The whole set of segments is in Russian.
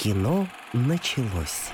Кино началось.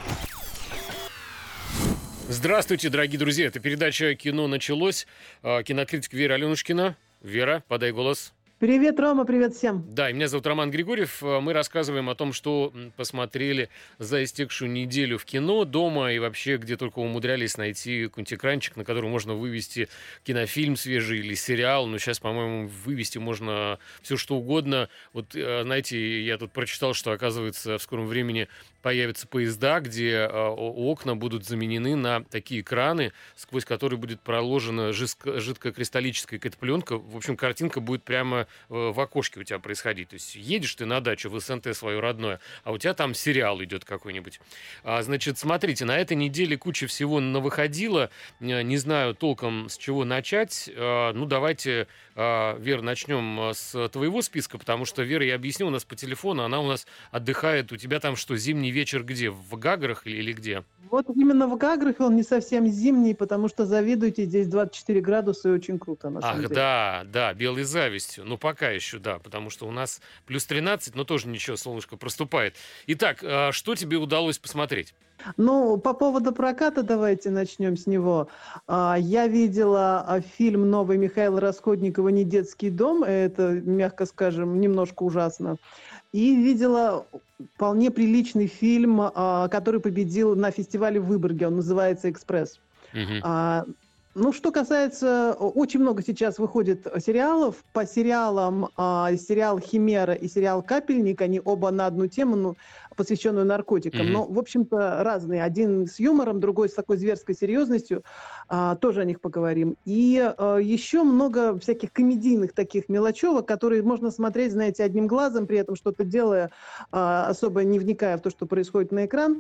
Здравствуйте, дорогие друзья. Это передача «Кино началось». Кинокритик Вера Аленушкина. Вера, подай голос. Привет, Рома, привет всем. Да, и меня зовут Роман Григорьев. Мы рассказываем о том, что посмотрели за истекшую неделю в кино, дома и вообще, где только умудрялись найти какой-нибудь экранчик, на который можно вывести кинофильм свежий или сериал. Но сейчас, по-моему, вывести можно все что угодно. Вот, знаете, я тут прочитал, что, оказывается, в скором времени появятся поезда, где окна будут заменены на такие экраны, сквозь которые будет проложена жидкокристаллическая какая-то пленка. В общем, картинка будет прямо в окошке у тебя происходить. То есть едешь ты на дачу в СНТ свое родное, а у тебя там сериал идет какой-нибудь. Значит, смотрите, на этой неделе куча всего навыходило. Не знаю толком, с чего начать. Ну, давайте, Вера, начнем с твоего списка, потому что, Вера, я объясню, у нас по телефону, она у нас отдыхает. У тебя там что, зимний вечер где? В Гаграх или где? Вот именно в Гаграх он не совсем зимний, потому что завидуйте, здесь 24 градуса и очень круто, на самом деле. Да, белой завистью. Ну, пока еще, да, потому что у нас плюс 13, но тоже ничего, солнышко проступает. Итак, что тебе удалось посмотреть? Ну, по поводу проката давайте начнем с него. Я видела фильм новый Михаила Расходникова «Не детский дом». Это, мягко скажем, немножко ужасно. И видела вполне приличный фильм, который победил на фестивале в Выборге. Он называется «Экспресс». Угу. Ну, что касается... Очень много сейчас выходит сериалов. По сериалам сериал «Химера» и сериал «Капельник», они оба на одну тему, посвященную наркотикам. Но, в общем-то, разные. Один с юмором, другой с такой зверской серьезностью. Тоже о них поговорим. И еще много всяких комедийных таких мелочевок, которые можно смотреть, знаете, одним глазом, при этом что-то делая, особо не вникая в то, что происходит на экран.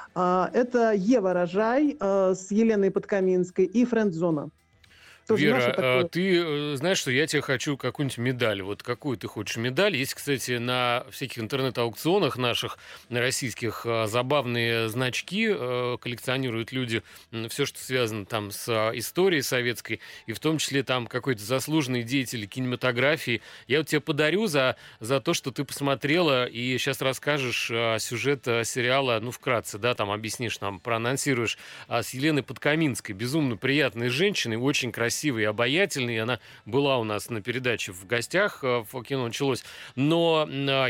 Это «Ева, рожай» с Еленой Подкаминской и «Френдзона». Тоже Вера, ты знаешь, что я тебе хочу какую-нибудь медаль. Вот какую ты хочешь медаль? Есть, кстати, на всяких интернет-аукционах наших, на российских, забавные значки. Коллекционируют люди все, что связано там с историей советской, и в том числе там какой-то заслуженный деятель кинематографии. Я вот тебе подарю за то, что ты посмотрела, и сейчас расскажешь сюжет сериала, ну, вкратце, да, там объяснишь нам, проанонсируешь, с Еленой Подкаминской. Безумно приятной женщиной, очень красивой и обаятельной. Она была у нас на передаче в гостях, в «Кино началось». Но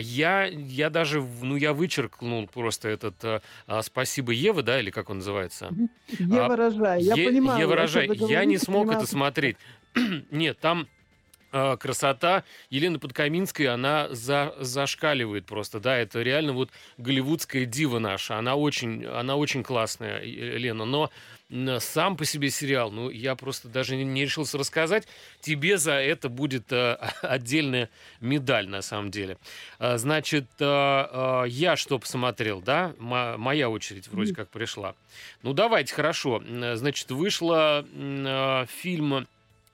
я даже, я вычеркнул просто этот «Спасибо, Ева», да, или как он называется? «Ева, рожай». Я понимаю. «Ева, рожай». Я не смог это смотреть. Нет, там красота Елены Подкаминской, она зашкаливает просто, да, это реально вот голливудская дива наша, она очень классная, Лена, но сам по себе сериал, ну, я просто даже не решился рассказать, тебе за это будет отдельная медаль, на самом деле. Значит, я что посмотрел, да, моя очередь вроде как пришла. Ну, давайте, хорошо, значит, вышла фильма.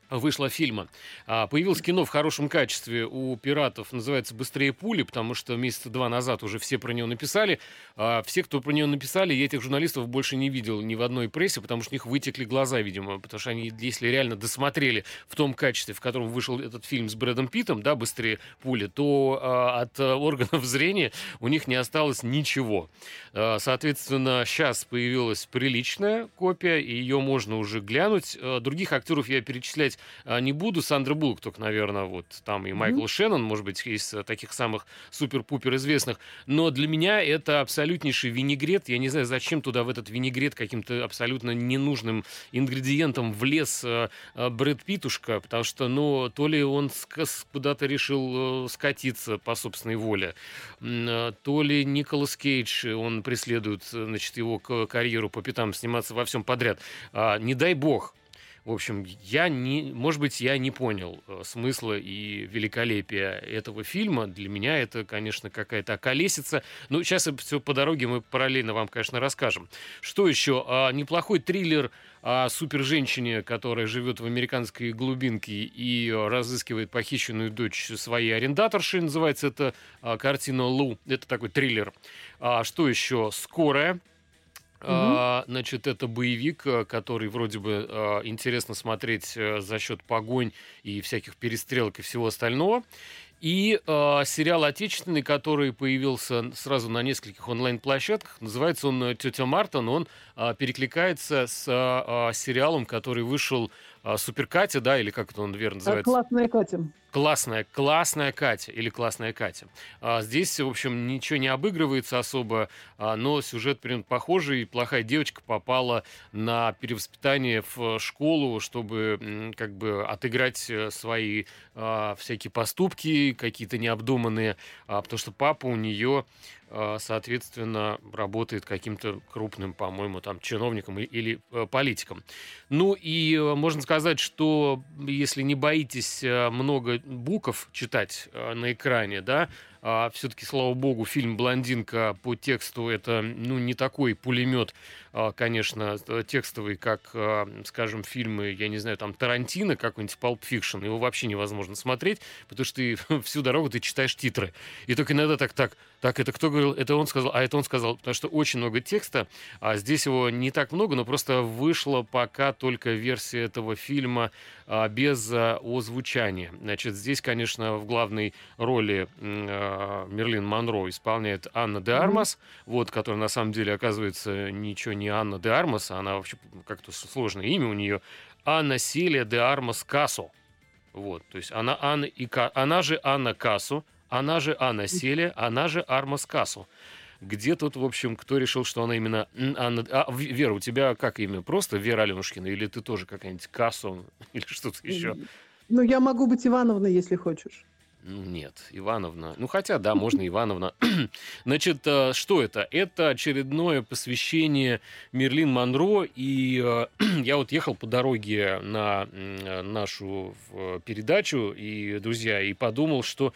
Появилось кино в хорошем качестве у пиратов, называется «Быстрее пули», потому что месяца 2 назад уже все про него написали. Все, кто про него написали, я этих журналистов больше не видел ни в одной прессе, потому что у них вытекли глаза, видимо, потому что они, если реально досмотрели в том качестве, в котором вышел этот фильм с Брэдом Питтом, да, «Быстрее пули», то от органов зрения у них не осталось ничего. Соответственно, сейчас появилась приличная копия, и ее можно уже глянуть. Других актеров я перечислять не буду. Сандра Буллок только, наверное, вот там и Майкл Шеннон, может быть, из таких самых супер-пупер известных. Но для меня это абсолютнейший винегрет. Я не знаю, зачем туда в этот винегрет каким-то абсолютно ненужным ингредиентом влез Брэд Питтушка, потому что, ну, то ли он куда-то решил скатиться по собственной воле, то ли Николас Кейдж, он преследует, значит, его карьеру по пятам, сниматься во всем подряд. Не дай бог. В общем, может быть, я не понял смысла и великолепия этого фильма. Для меня это, конечно, какая-то околесица. Но сейчас все по дороге мы параллельно вам, конечно, расскажем. Что еще? Неплохой триллер о суперженщине, которая живет в американской глубинке и разыскивает похищенную дочь своей арендаторши. Называется это картина «Лу». Это такой триллер. Что еще? «Скорая». Значит, это боевик, который вроде бы интересно смотреть за счет погонь и всяких перестрелок и всего остального. И сериал отечественный, который появился сразу на нескольких онлайн-площадках, называется он «Тетя Марта», но он перекликается с сериалом, который вышел «Супер Катя», да, или как это он верно называется? Классная Катя. Классная Катя или классная Катя. Здесь, в общем, ничего не обыгрывается особо, но сюжет примерно похожий. Плохая девочка попала на перевоспитание в школу, чтобы как бы отыграть свои всякие поступки, какие-то необдуманные, потому что папа у нее, соответственно, работает каким-то крупным, по-моему, там чиновником или политиком. Ну и можно сказать, что если не боитесь много букв читать на экране, да, все-таки, слава богу, фильм «Блондинка» по тексту это, ну, не такой пулемет, конечно, текстовый, как, скажем, фильмы, я не знаю, там, Тарантино, какой-нибудь Pulp Fiction, его вообще невозможно смотреть, потому что ты всю дорогу ты читаешь титры. И только иногда так, это кто говорил, это он сказал, а это он сказал, потому что очень много текста, а здесь его не так много, но просто вышла пока только версия этого фильма без озвучания. Значит, здесь, конечно, в главной роли Мерлин Монро исполняет Анна де Армас, вот, которая на самом деле, оказывается, ничего не Анна де Армас, она вообще как-то сложное имя у нее, Анна Селия де Армас Касо. Вот, то есть она она же Анна Кассо, она же Анна Селия, она же Армас Кассо. Где тут, в общем, кто решил, что она именно Анна... Вера, у тебя как имя? Просто Вера Аленушкина? Или ты тоже какая-нибудь Кассо? Или что-то еще? Ну, я могу быть Ивановной, если хочешь. Нет, Ивановна. Ну, хотя, да, можно Ивановна. Значит, что это? Это очередное посвящение Мерлин Монро. И я вот ехал по дороге на нашу передачу, и, друзья, и подумал, что,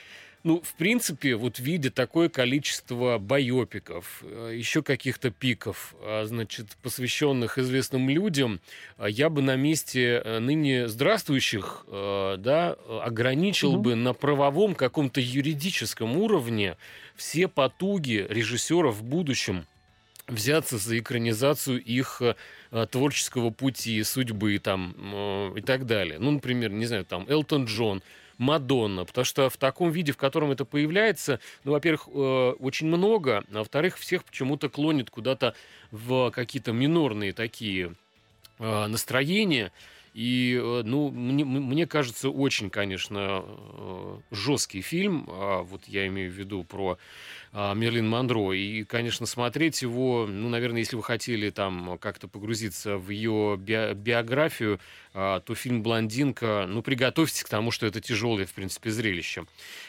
ну, в принципе, вот видя такое количество байопиков, еще каких-то пиков, значит, посвященных известным людям, я бы на месте ныне здравствующих, да, ограничил бы на правовом каком-то юридическом уровне все потуги режиссеров в будущем взяться за экранизацию их творческого пути, судьбы там и так далее. Ну, например, не знаю, там Элтон Джон, Мадонна, потому что в таком виде, в котором это появляется, ну, во-первых, очень много, а во-вторых, всех почему-то клонит куда-то в какие-то минорные такие настроения. И, ну, мне кажется, очень, конечно, жесткий фильм. Вот я имею в виду про Мерлин Монро. И, конечно, смотреть его, ну, наверное, если вы хотели там как-то погрузиться в ее биографию, то фильм «Блондинка», ну, приготовьтесь к тому, что это тяжелое, в принципе, зрелище.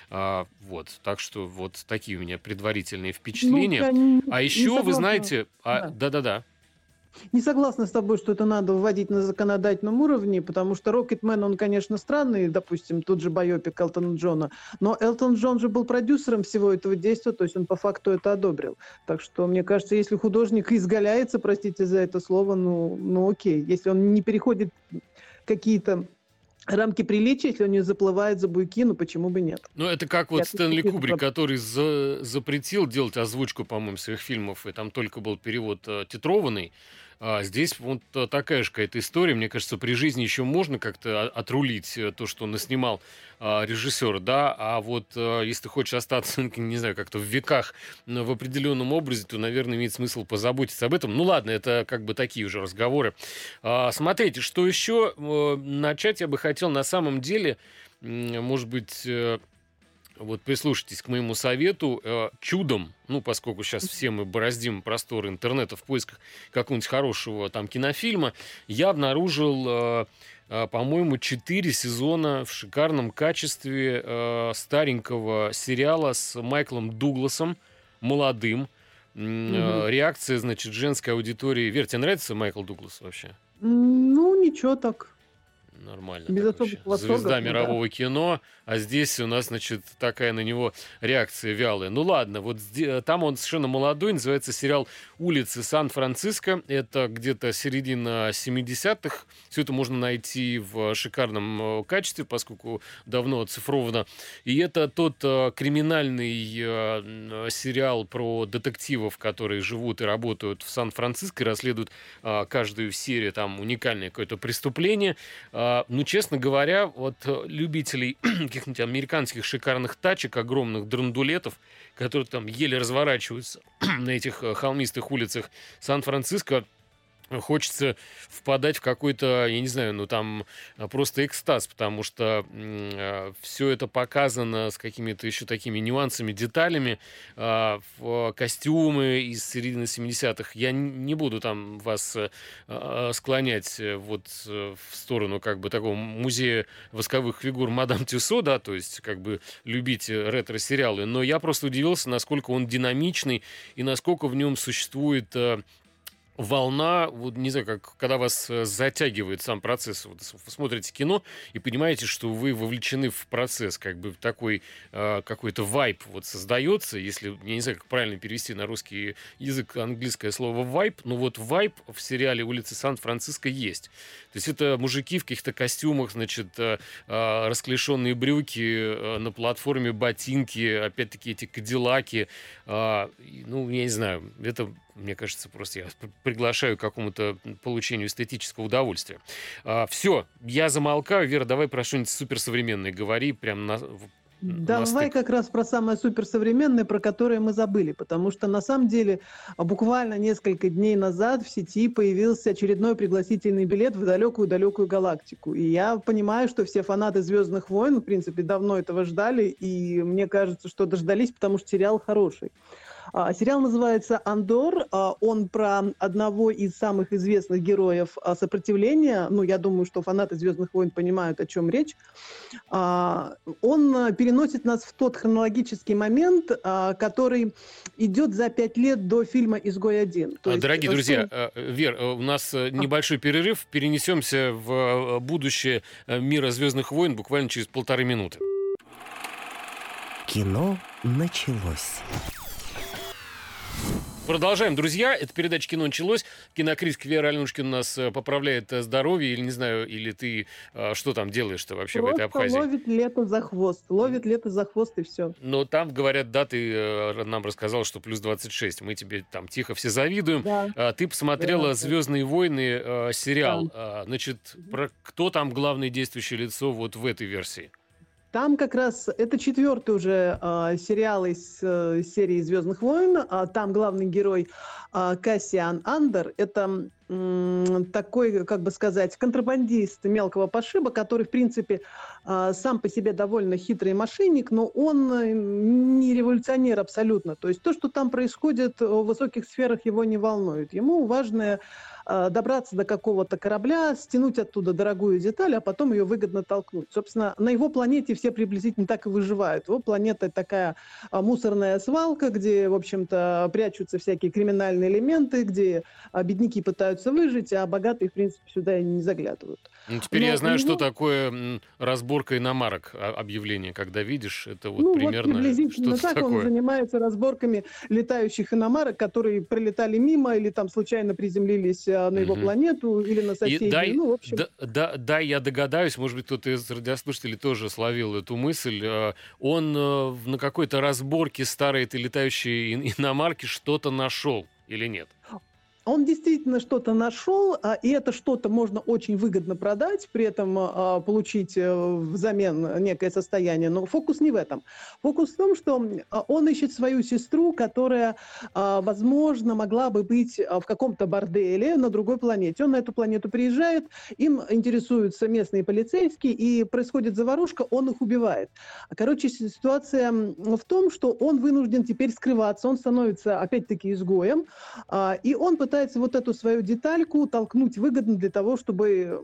Вот. Так что вот такие у меня предварительные впечатления. Ну, а еще, вы знаете... Да-да-да. Не согласна с тобой, что это надо вводить на законодательном уровне, потому что «Рокетмен», он, конечно, странный, допустим, тот же байопик Элтона Джона, но Элтон Джон же был продюсером всего этого действия, то есть он по факту это одобрил. Так что, мне кажется, если художник изгаляется, простите за это слово, ну окей, если он не переходит какие-то рамки приличия, если он не заплывает за буйки, ну почему бы нет? Ну, это как вот Стэнли Кубрик, который запретил делать озвучку, по-моему, своих фильмов, и там только был перевод титрованный. Здесь вот такая же какая-то история. Мне кажется, при жизни еще можно как-то отрулить то, что наснимал режиссер, да, а вот если ты хочешь остаться, не знаю, как-то в веках в определенном образе, то, наверное, имеет смысл позаботиться об этом. Ну, ладно, это как бы такие уже разговоры. Смотрите, что еще начать я бы хотел на самом деле, может быть... Вот прислушайтесь к моему совету. Чудом, ну, поскольку сейчас все мы бороздим просторы интернета в поисках какого-нибудь хорошего там кинофильма, я обнаружил, по-моему, 4 сезона в шикарном качестве старенького сериала с Майклом Дугласом, молодым. Реакция, значит, женской аудитории. Вер, тебе нравится Майкл Дуглас вообще? Ну, ничего так. Нормально. Без особых восторгов, Звезда мирового кино, а здесь у нас, значит, такая на него реакция вялая. Ну ладно, вот там он совершенно молодой, называется сериал «Улицы Сан-Франциско». Это где-то середина 70-х. Все это можно найти в шикарном качестве, поскольку давно оцифровано. И это тот криминальный сериал про детективов, которые живут и работают в Сан-Франциско и расследуют каждую серию там уникальное какое-то преступление. Ну, честно говоря, вот любителей каких-то каких-нибудь американских шикарных тачек, огромных драндулетов, которые там еле разворачиваются на этих холмистых улицах Сан-Франциско, хочется впадать в какой-то, я не знаю, ну там просто экстаз, потому что все это показано с какими-то еще такими нюансами, деталями, в костюмы из середины 70-х. Я не буду там вас склонять вот в сторону как бы такого музея восковых фигур Мадам Тюссо, да, то есть как бы любить ретро-сериалы, но я просто удивился, насколько он динамичный и насколько в нем существует волна, вот не знаю, как когда вас затягивает сам процесс. Вот вы смотрите кино и понимаете, что вы вовлечены в процесс, как бы такой какой-то вайб вот создается, если, я не знаю, как правильно перевести на русский язык английское слово вайб, но вот вайб в сериале «Улицы Сан-Франциско» есть. То есть это мужики в каких-то костюмах, значит, расклешенные брюки, на платформе ботинки, опять-таки эти кадиллаки, ну, я не знаю, это, мне кажется, просто я приглашаю к какому-то получению эстетического удовольствия. Все, я замолкаю. Вера, давай про что-нибудь суперсовременное говори, прям на Давай как раз про самое суперсовременное, про которое мы забыли, потому что на самом деле буквально несколько дней назад в сети появился очередной пригласительный билет в далекую-далекую галактику. И я понимаю, что все фанаты «Звездных войн», в принципе, давно этого ждали, и мне кажется, что дождались, потому что сериал хороший. Сериал называется «Андор». Он про одного из самых известных героев сопротивления. Ну, я думаю, что фанаты «Звездных войн» понимают, о чем речь. Он переносит нас в тот хронологический момент, который идет за 5 лет до фильма «Изгой-1». Дорогие друзья, Вер, у нас небольшой перерыв. Перенесемся в будущее мира «Звездных войн» буквально через 1,5 минуты. Кино началось. Продолжаем, друзья. Это передача «Кино началось». Кинокритик Вера Аленушкина у нас поправляет здоровье, или не знаю, или ты что там делаешь-то вообще просто в этой Абхазии? Ловит лето за хвост. Ловит лето за хвост и все. Но там, говорят, да, ты нам рассказал, что плюс 26. Мы тебе там тихо все завидуем. Да. Ты посмотрела Да. «Звездные войны» сериал. Да. Значит, кто там главное действующее лицо вот в этой версии? Там как раз это 4-й уже сериал из серии «Звездных войн». Там главный герой Кассиан Андер. Это такой, как бы сказать, контрабандист мелкого пошиба, который, в принципе, сам по себе довольно хитрый мошенник, но он не революционер абсолютно. То есть то, что там происходит в высоких сферах, его не волнует. Ему важно добраться до какого-то корабля, стянуть оттуда дорогую деталь, а потом ее выгодно толкнуть. Собственно, на его планете все приблизительно так и выживают. Его планета такая мусорная свалка, где, в общем-то, прячутся всякие криминальные элементы, где бедняки пытаются выжить, а богатые, в принципе, сюда и не заглядывают. Ну, теперь я знаю, что такое разборка иномарок объявление, когда видишь, это вот примерно вот приблизительно что-то так такое. Он занимается разборками летающих иномарок, которые пролетали мимо или там случайно приземлились на его планету или на соседнюю. И в общем... я догадаюсь, может быть, кто-то из радиослушателей тоже словил эту мысль. Он на какой-то разборке старой этой летающей иномарки что-то нашел или нет? Он действительно что-то нашел, и это что-то можно очень выгодно продать, при этом получить взамен некое состояние. Но фокус не в этом. Фокус в том, что он ищет свою сестру, которая, возможно, могла бы быть в каком-то борделе на другой планете. Он на эту планету приезжает, им интересуются местные полицейские, и происходит заварушка, он их убивает. Короче, ситуация в том, что он вынужден теперь скрываться, он становится, опять-таки, изгоем, и он пытается вот эту свою детальку толкнуть выгодно для того, чтобы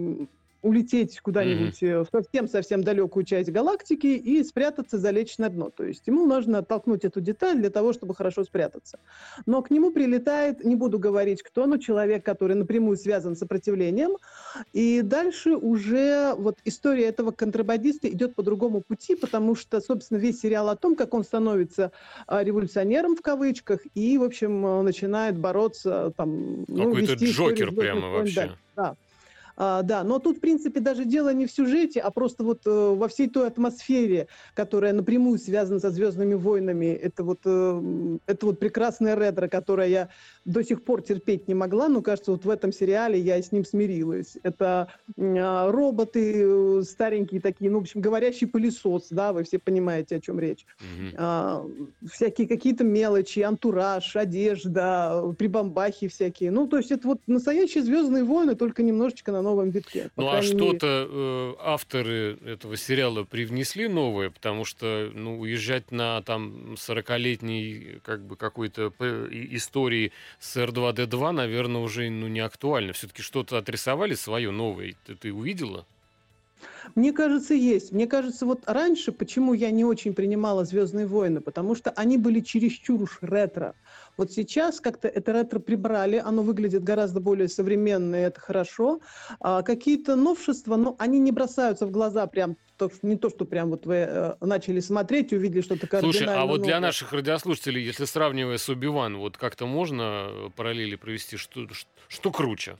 улететь куда-нибудь в совсем-совсем далекую часть галактики и спрятаться, залечь на дно. То есть ему нужно толкнуть эту деталь для того, чтобы хорошо спрятаться. Но к нему прилетает, не буду говорить кто, но человек, который напрямую связан с сопротивлением. И дальше уже вот история этого контрабандиста идет по другому пути, потому что, собственно, весь сериал о том, как он становится революционером в кавычках и, в общем, начинает бороться там... Какой-то Джокер прямо вообще. Да. Да, но тут, в принципе, даже дело не в сюжете, а просто вот во всей той атмосфере, которая напрямую связана со «Звездными войнами». Это вот прекрасное ретро, которое я до сих пор терпеть не могла, но, кажется, вот в этом сериале я с ним смирилась. Это роботы старенькие такие, ну, в общем, говорящий пылесос, да, вы все понимаете, о чем речь. Всякие какие-то мелочи, антураж, одежда, прибамбахи всякие. Ну, то есть это вот настоящие «Звездные войны», только немножечко на новом витке. Ну, а что-то авторы этого сериала привнесли новое, потому что, ну, уезжать на там 40-летней как бы какой-то истории с R2-D2, наверное, уже ну, не актуально. Все-таки что-то отрисовали свое новое. Ты увидела? Мне кажется, есть. Мне кажется, вот раньше, почему я не очень принимала «Звездные войны», потому что они были чересчур уж ретро. Вот сейчас как-то это ретро прибрали, оно выглядит гораздо более современно, и это хорошо. Какие-то новшества, но они не бросаются в глаза прям, не то, что прям вот вы начали смотреть и увидели что-то кардинально Слушай, а вот новое. для наших радиослушателей, если сравнивая с «Оби-Ван», вот как-то можно параллели провести, что круче?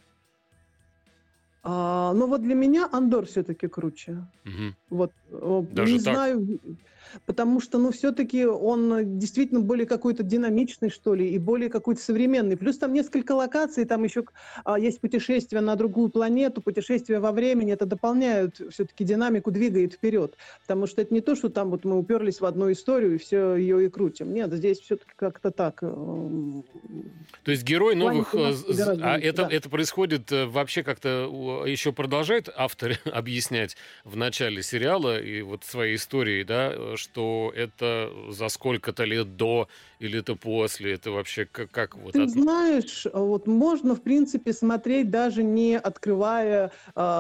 Но вот для меня Андор все-таки круче. Мгм. Вот, Даже не так? знаю, потому что, ну, все-таки он действительно более какой-то динамичный, что ли, и более какой-то современный. Плюс там несколько локаций, там еще есть путешествие на другую планету, путешествие во времени, это дополняют все-таки динамику, двигает вперед. Потому что это не то, что там вот мы уперлись в одну историю и все ее и крутим. Нет, здесь все-таки как-то так. То есть герой В плане новых... тематики гораздо А лучше, да. это происходит вообще как-то... Еще продолжают авторы объяснять в начале сериала и вот своей истории, да, что это за сколько-то лет до или это после? Это вообще как вот... Ты знаешь, вот можно, в принципе, смотреть, даже не открывая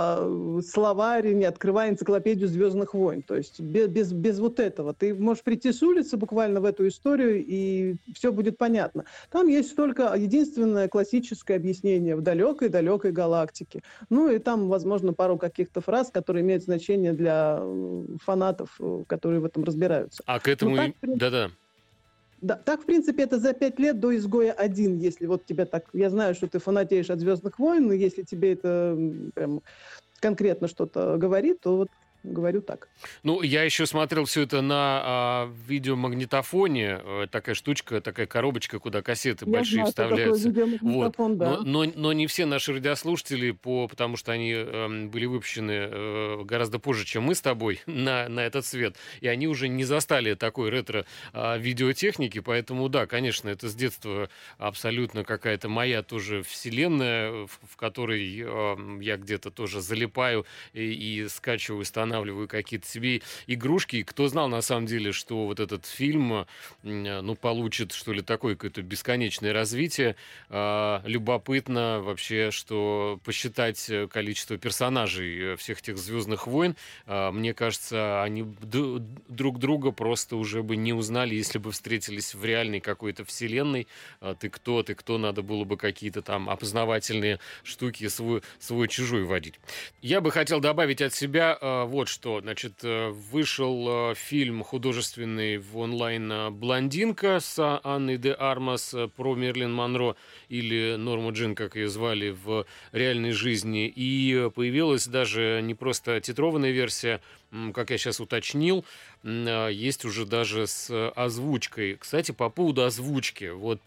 словарь, не открывая энциклопедию «Звездных войн». То есть без вот этого. Ты можешь прийти с улицы буквально в эту историю, и все будет понятно. Там есть только единственное классическое объяснение в далекой-далекой галактике. Ну и там, возможно, пару каких-то фраз, которые имеют значение для фанатов, которые в этом разбираются. А к этому... Ну, так, Да-да. да, так, в принципе, это за 5 лет до «Изгоя 1», если вот тебя так... Я знаю, что ты фанатеешь от «Звездных войн», но если тебе это прям конкретно что-то говорит, то вот говорю так. Ну, я еще смотрел все это на видеомагнитофоне. Такая штучка, такая коробочка, куда кассеты Я большие знаю, что такое вставляются. Вот. видеомагнитофон, да. Но не все наши радиослушатели, потому что они были выпущены гораздо позже, чем мы с тобой, на этот свет. И они уже не застали такой ретро-видеотехники. Поэтому, да, конечно, это с детства абсолютно какая-то моя тоже вселенная, в которой я где-то тоже залипаю и скачиваю, устанавливаю какие-то себе игрушки. И кто знал, на самом деле, что вот этот фильм, ну, получит, что ли, такое какое-то бесконечное развитие. Любопытно вообще, что посчитать количество персонажей всех этих «Звездных войн», мне кажется, они друг друга просто уже бы не узнали, если бы встретились в реальной какой-то вселенной. Ты кто, надо было бы какие-то там опознавательные штуки свой-чужой вводить. Я бы хотел добавить от себя вот что. Значит, вышел фильм художественный в онлайн «Блондинка» с Анной де Армас про Мерлин Монро, или Норму Джин, как ее звали в реальной жизни. И появилась даже не просто титрованная версия, как я сейчас уточнил, есть уже даже с озвучкой. Кстати, по поводу озвучки. Вот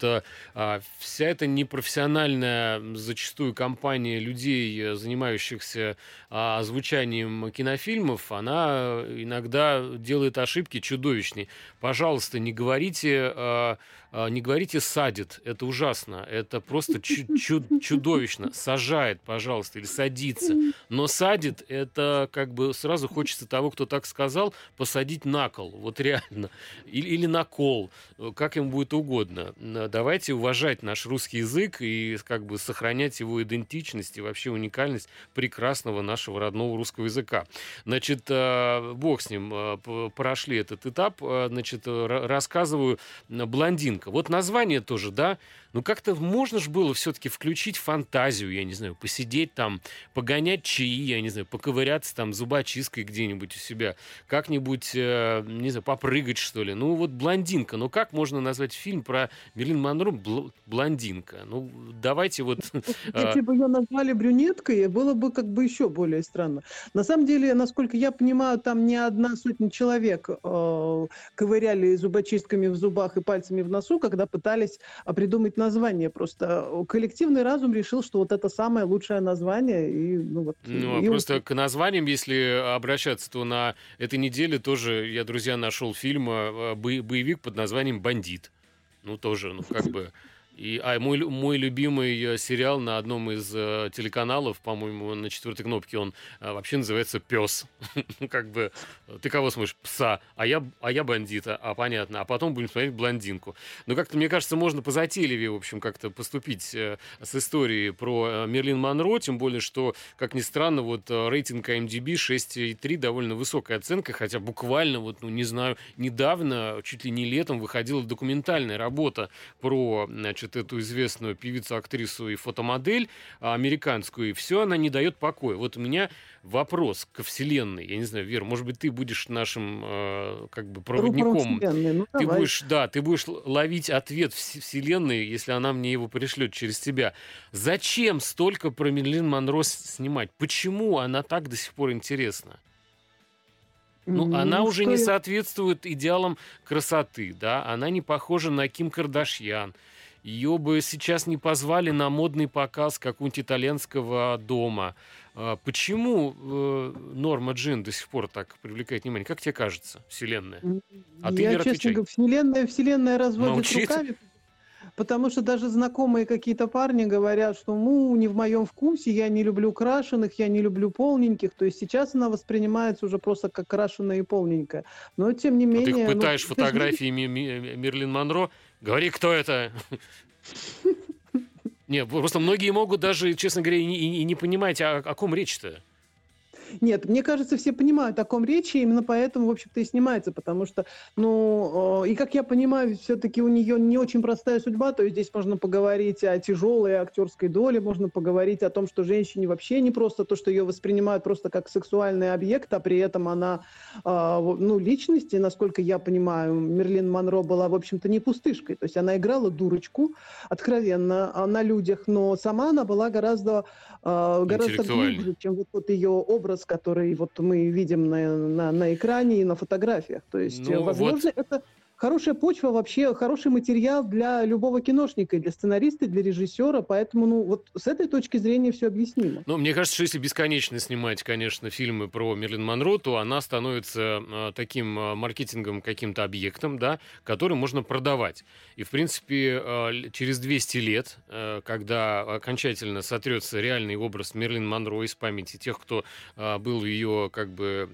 вся эта непрофессиональная зачастую компания людей, занимающихся озвучанием кинофильмов, она иногда делает ошибки чудовищные. Пожалуйста, не говорите «садит». Это ужасно. Это просто чудовищно. Сажает, пожалуйста, или садится. Но «садит» — это как бы сразу хочется того, кто так сказал, посадить на кол. Вот реально. Или на кол. Как им будет угодно. Давайте уважать наш русский язык и как бы сохранять его идентичность и вообще уникальность прекрасного нашего родного русского языка. Значит, бог с ним. Прошли этот этап. Значит, рассказываю «Блондинка». Вот название тоже, да? Ну, как-то можно же было все-таки включить фантазию, я не знаю, посидеть там, погонять чаи, я не знаю, поковыряться там зубочисткой где-нибудь у себя, как-нибудь не знаю, попрыгать, что ли. Ну, вот блондинка. Ну, как можно назвать фильм про Мерлин Монро блондинка? Ну, давайте вот... Если бы ее назвали брюнеткой, было бы как бы еще более странно. На самом деле, насколько я понимаю, там не одна сотня человек ковыряли зубочистками в зубах и пальцами в носу, когда пытались придумать название. Просто коллективный разум решил, что вот это самое лучшее название. И, ну, вот, Ну, а и просто к названиям, если обращаться, то на этой неделе тоже я, друзья, нашел фильм, боевик под названием «Бандит». Ну, тоже, ну, как бы... мой любимый сериал на одном из телеканалов, по-моему, на 4-й кнопке, он вообще называется «Пес». Ну, как бы, ты кого смотришь? Пса. А я бандита. Понятно. А потом будем смотреть блондинку. Ну, как-то, мне кажется, можно позатейливее, в общем, как-то поступить с историей про Мерлин Монро, тем более, что, как ни странно, вот рейтинг IMDb 6,3, довольно высокая оценка, хотя буквально, вот, ну, не знаю, недавно, чуть ли не летом, выходила документальная работа про, значит, эту известную певицу, актрису и фотомодель американскую, и все она не дает покоя. Вот у меня вопрос ко вселенной. Я не знаю, Вера, может быть, ты будешь нашим как бы проводником. Ну, Ты давай. будешь ловить ответ вселенной, если она мне его пришлет через тебя. Зачем столько про Мерлин Монро снимать? Почему она так до сих пор интересна? Ну, она уже не соответствует идеалам красоты, да, она не похожа на Ким Кардашьян. Ее бы сейчас не позвали на модный показ какого-нибудь итальянского дома. Почему Норма Джин до сих пор так привлекает внимание? Как тебе кажется, вселенная? А ты, Я, Вера, честно отвечай. говоря, вселенная разводит Молчит? руками, потому что даже знакомые какие-то парни говорят, что не в моем вкусе, я не люблю крашеных, я не люблю полненьких. То есть сейчас она воспринимается уже просто как крашеная и полненькая. Но тем не Вот их менее... пытаешь фотографии Мерлин Монро. Говори, кто это? Нет, просто многие могут даже, честно говоря, и не понимать, о ком речь-то. Нет, мне кажется, все понимают, о ком речь, и именно поэтому, в общем-то, и снимается, потому что, и как я понимаю, все-таки у нее не очень простая судьба, то есть здесь можно поговорить о тяжелой актерской доле, можно поговорить о том, что женщине вообще не просто то, что ее воспринимают просто как сексуальный объект, а при этом она, личность, и, насколько я понимаю, Мерлин Монро была, в общем-то, не пустышкой, то есть она играла дурочку, откровенно, на людях, но сама она была гораздо глубже, чем вот ее образ, который вот мы видим на экране и на фотографиях. То есть, возможно, это хорошая почва, вообще хороший материал для любого киношника, и для сценариста, и для режиссера, поэтому, вот с этой точки зрения все объяснимо. Ну, мне кажется, что если бесконечно снимать, конечно, фильмы про Мерлин Монро, то она становится таким маркетинговым каким-то объектом, да, который можно продавать. И, в принципе, через 200 лет, когда окончательно сотрется реальный образ Мерлин Монро из памяти тех, кто был ее, как бы,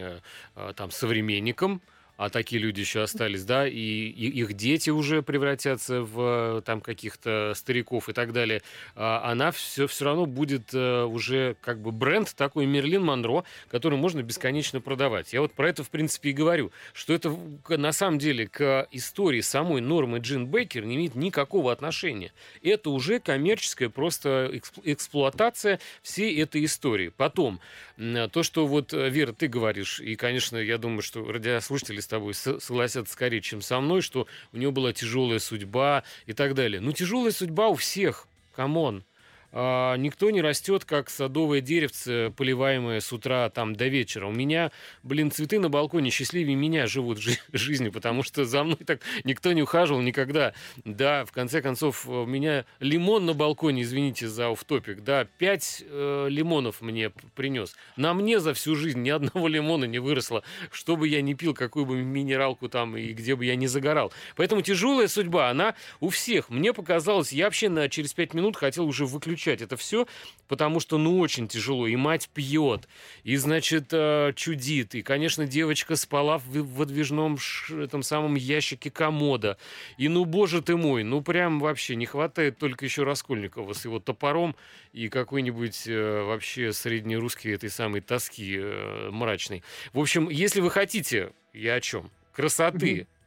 там, современником, а такие люди еще остались, да, и их дети уже превратятся в там каких-то стариков и так далее, она все равно будет уже как бы бренд такой Мерлин Монро, который можно бесконечно продавать. Я вот про это, в принципе, и говорю, что это на самом деле к истории самой Нормы Джин Бейкер не имеет никакого отношения. Это уже коммерческая просто эксплуатация всей этой истории. Потом, то, что вот, Вера, ты говоришь, и, конечно, я думаю, что радиослушатели с тобой согласятся скорее, чем со мной, что у него была тяжелая судьба и так далее. Ну, тяжелая судьба у всех, камон. Никто не растет, как садовое деревце, поливаемое с утра там до вечера. У меня, цветы на балконе счастливее меня живут жизнью, потому что за мной так никто не ухаживал никогда. Да, в конце концов, у меня лимон на балконе, извините за офф-топик, да, 5 лимонов мне принес. На мне за всю жизнь ни одного лимона не выросло, что бы я ни пил, какую бы минералку там и где бы я ни загорал. Поэтому тяжелая судьба, она у всех. Мне показалось, я вообще через 5 минут хотел уже выключать это все, потому что, очень тяжело. И мать пьет, и, значит, чудит. И, конечно, девочка спала в выдвижном этом самом ящике комода. И, боже ты мой, прям вообще не хватает только еще Раскольникова с его топором и какой-нибудь вообще среднерусской этой самой тоски мрачной. В общем, если вы хотите, я о чем? Красоты,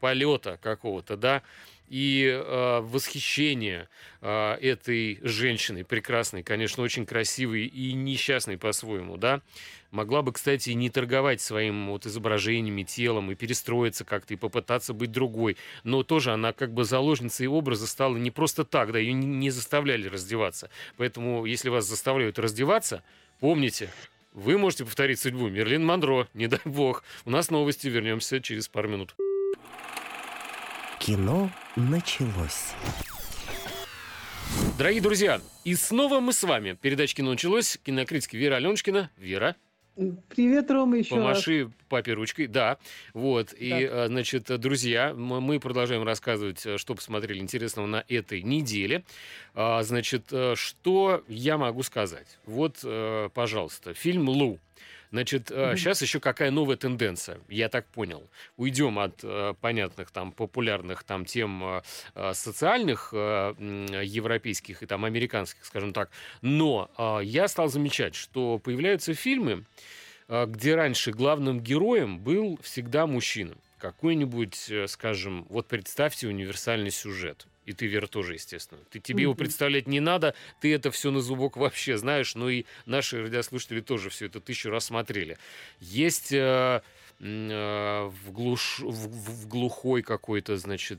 полета какого-то, да, и восхищение этой женщиной прекрасной, конечно, очень красивой и несчастной по-своему, да, могла бы, кстати, и не торговать своим вот изображениями, телом, и перестроиться как-то, и попытаться быть другой. Но тоже она как бы заложницей образа стала не просто так, да, ее не заставляли раздеваться. Поэтому, если вас заставляют раздеваться, помните, вы можете повторить судьбу Мерлин Монро, не дай бог. У нас новости, вернемся через пару минут. Кино началось. Дорогие друзья, и снова мы с вами. Передача «Кино началось». Кинокритики Вера Аленушкина. Вера, Привет, Рома, еще раз. помаши папе ручкой. Да, вот. И, Да. значит, друзья, мы продолжаем рассказывать, что посмотрели интересного на этой неделе. Значит, что я могу сказать? Вот, пожалуйста, фильм «Лу». Значит, сейчас еще какая новая тенденция, я так понял. Уйдем от понятных там популярных там тем социальных, европейских и там американских, скажем так. Но я стал замечать, что появляются фильмы, где раньше главным героем был всегда мужчина. Какой-нибудь, скажем, вот представьте универсальный сюжет. И ты, Вера, тоже, естественно. Тебе его представлять не надо, ты это все на зубок вообще знаешь, но и наши радиослушатели тоже все это 1000 раз смотрели. Есть в глухой какой-то, значит,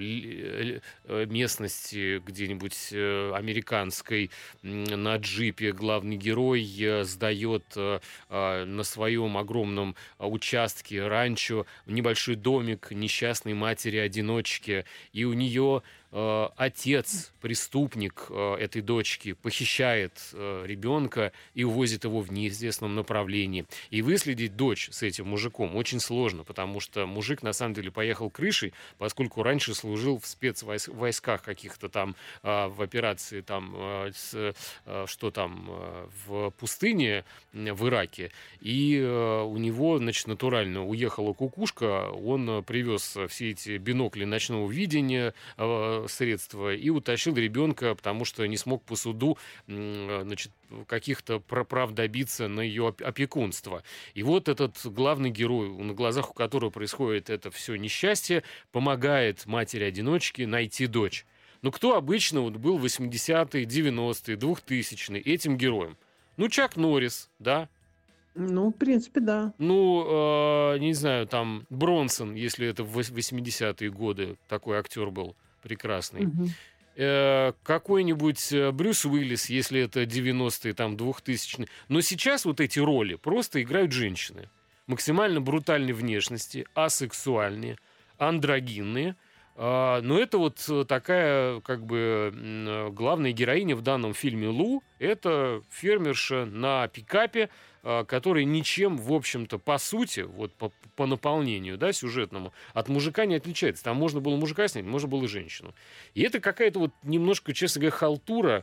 местности где-нибудь американской на джипе главный герой сдает на своем огромном участке ранчо небольшой домик несчастной матери-одиночки, и у нее отец, преступник этой дочки, похищает ребенка и увозит его в неизвестном направлении. И выследить дочь с этим мужиком очень сложно, потому что мужик на самом деле поехал крышей, поскольку раньше служил в спецвойсках каких-то там, в операции там, что там, в пустыне в Ираке. И у него, значит, натурально уехала кукушка, он привез все эти бинокли ночного видения, средства, и утащил ребенка, потому что не смог по суду, значит, каких-то прав добиться на ее опекунство. И вот этот главный герой, на глазах у которого происходит это все несчастье, помогает матери-одиночке найти дочь. Но кто обычно вот был в 80-е, 90-е, 2000-е этим героем? Ну, Чак Норрис, да? Ну, в принципе, да. Ну, не знаю, там Бронсон, если это в 80-е годы такой актер был прекрасный. Мгм. Какой-нибудь Брюс Уиллис, если это 90-е, там, 2000-е. Но сейчас вот эти роли просто играют женщины. Максимально брутальной внешности, асексуальные, андрогинные. Но это вот такая, как бы, главная героиня в данном фильме Лу. Это фермерша на пикапе, который ничем, в общем-то, по сути, вот по наполнению, да, сюжетному, от мужика не отличается. Там можно было мужика снять, можно было и женщину. И это какая-то вот немножко, честно говоря, халтура,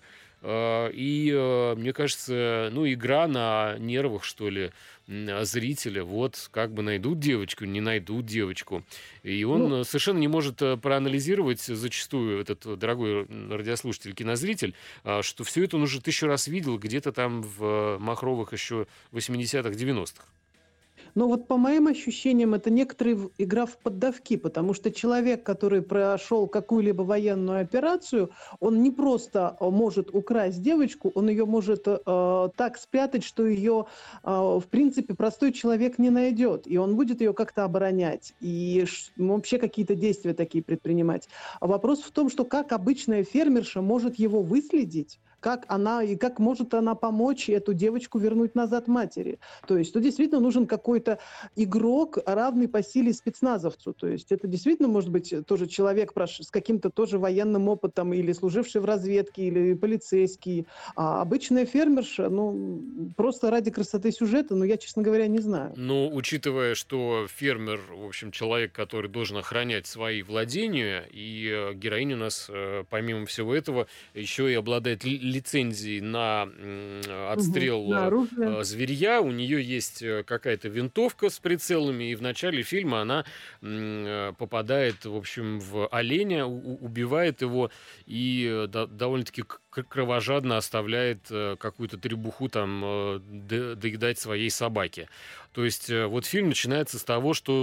и, мне кажется, ну, игра на нервах, что ли, зрителя. Вот как бы найдут девочку, не найдут девочку. И он совершенно не может проанализировать зачастую, этот дорогой радиослушатель-кинозритель, что все это он уже 1000 раз видел где-то там в махровых еще 80-х, 90-х. Но вот по моим ощущениям, это некоторая игра в поддавки, потому что человек, который прошел какую-либо военную операцию, он не просто может украсть девочку, он ее может так спрятать, что ее, в принципе, простой человек не найдет, и он будет ее как-то оборонять, и вообще какие-то действия такие предпринимать. А вопрос в том, что как обычная фермерша может его выследить, как может она помочь эту девочку вернуть назад матери. То есть тут действительно нужен какой-то игрок, равный по силе спецназовцу. То есть это действительно может быть тоже человек с каким-то тоже военным опытом, или служивший в разведке, или полицейский. А обычная фермерша, ну, просто ради красоты сюжета, ну, я, честно говоря, не знаю. Ну, учитывая, что фермер, в общем, человек, который должен охранять свои владения, и героиня у нас, помимо всего этого, еще и обладает лицензией на отстрел зверья, у нее есть какая-то винтовка с прицелами, и в начале фильма она попадает, в общем, в оленя, убивает его и довольно-таки кровожадно оставляет какую-то требуху там доедать своей собаке. То есть вот фильм начинается с того, что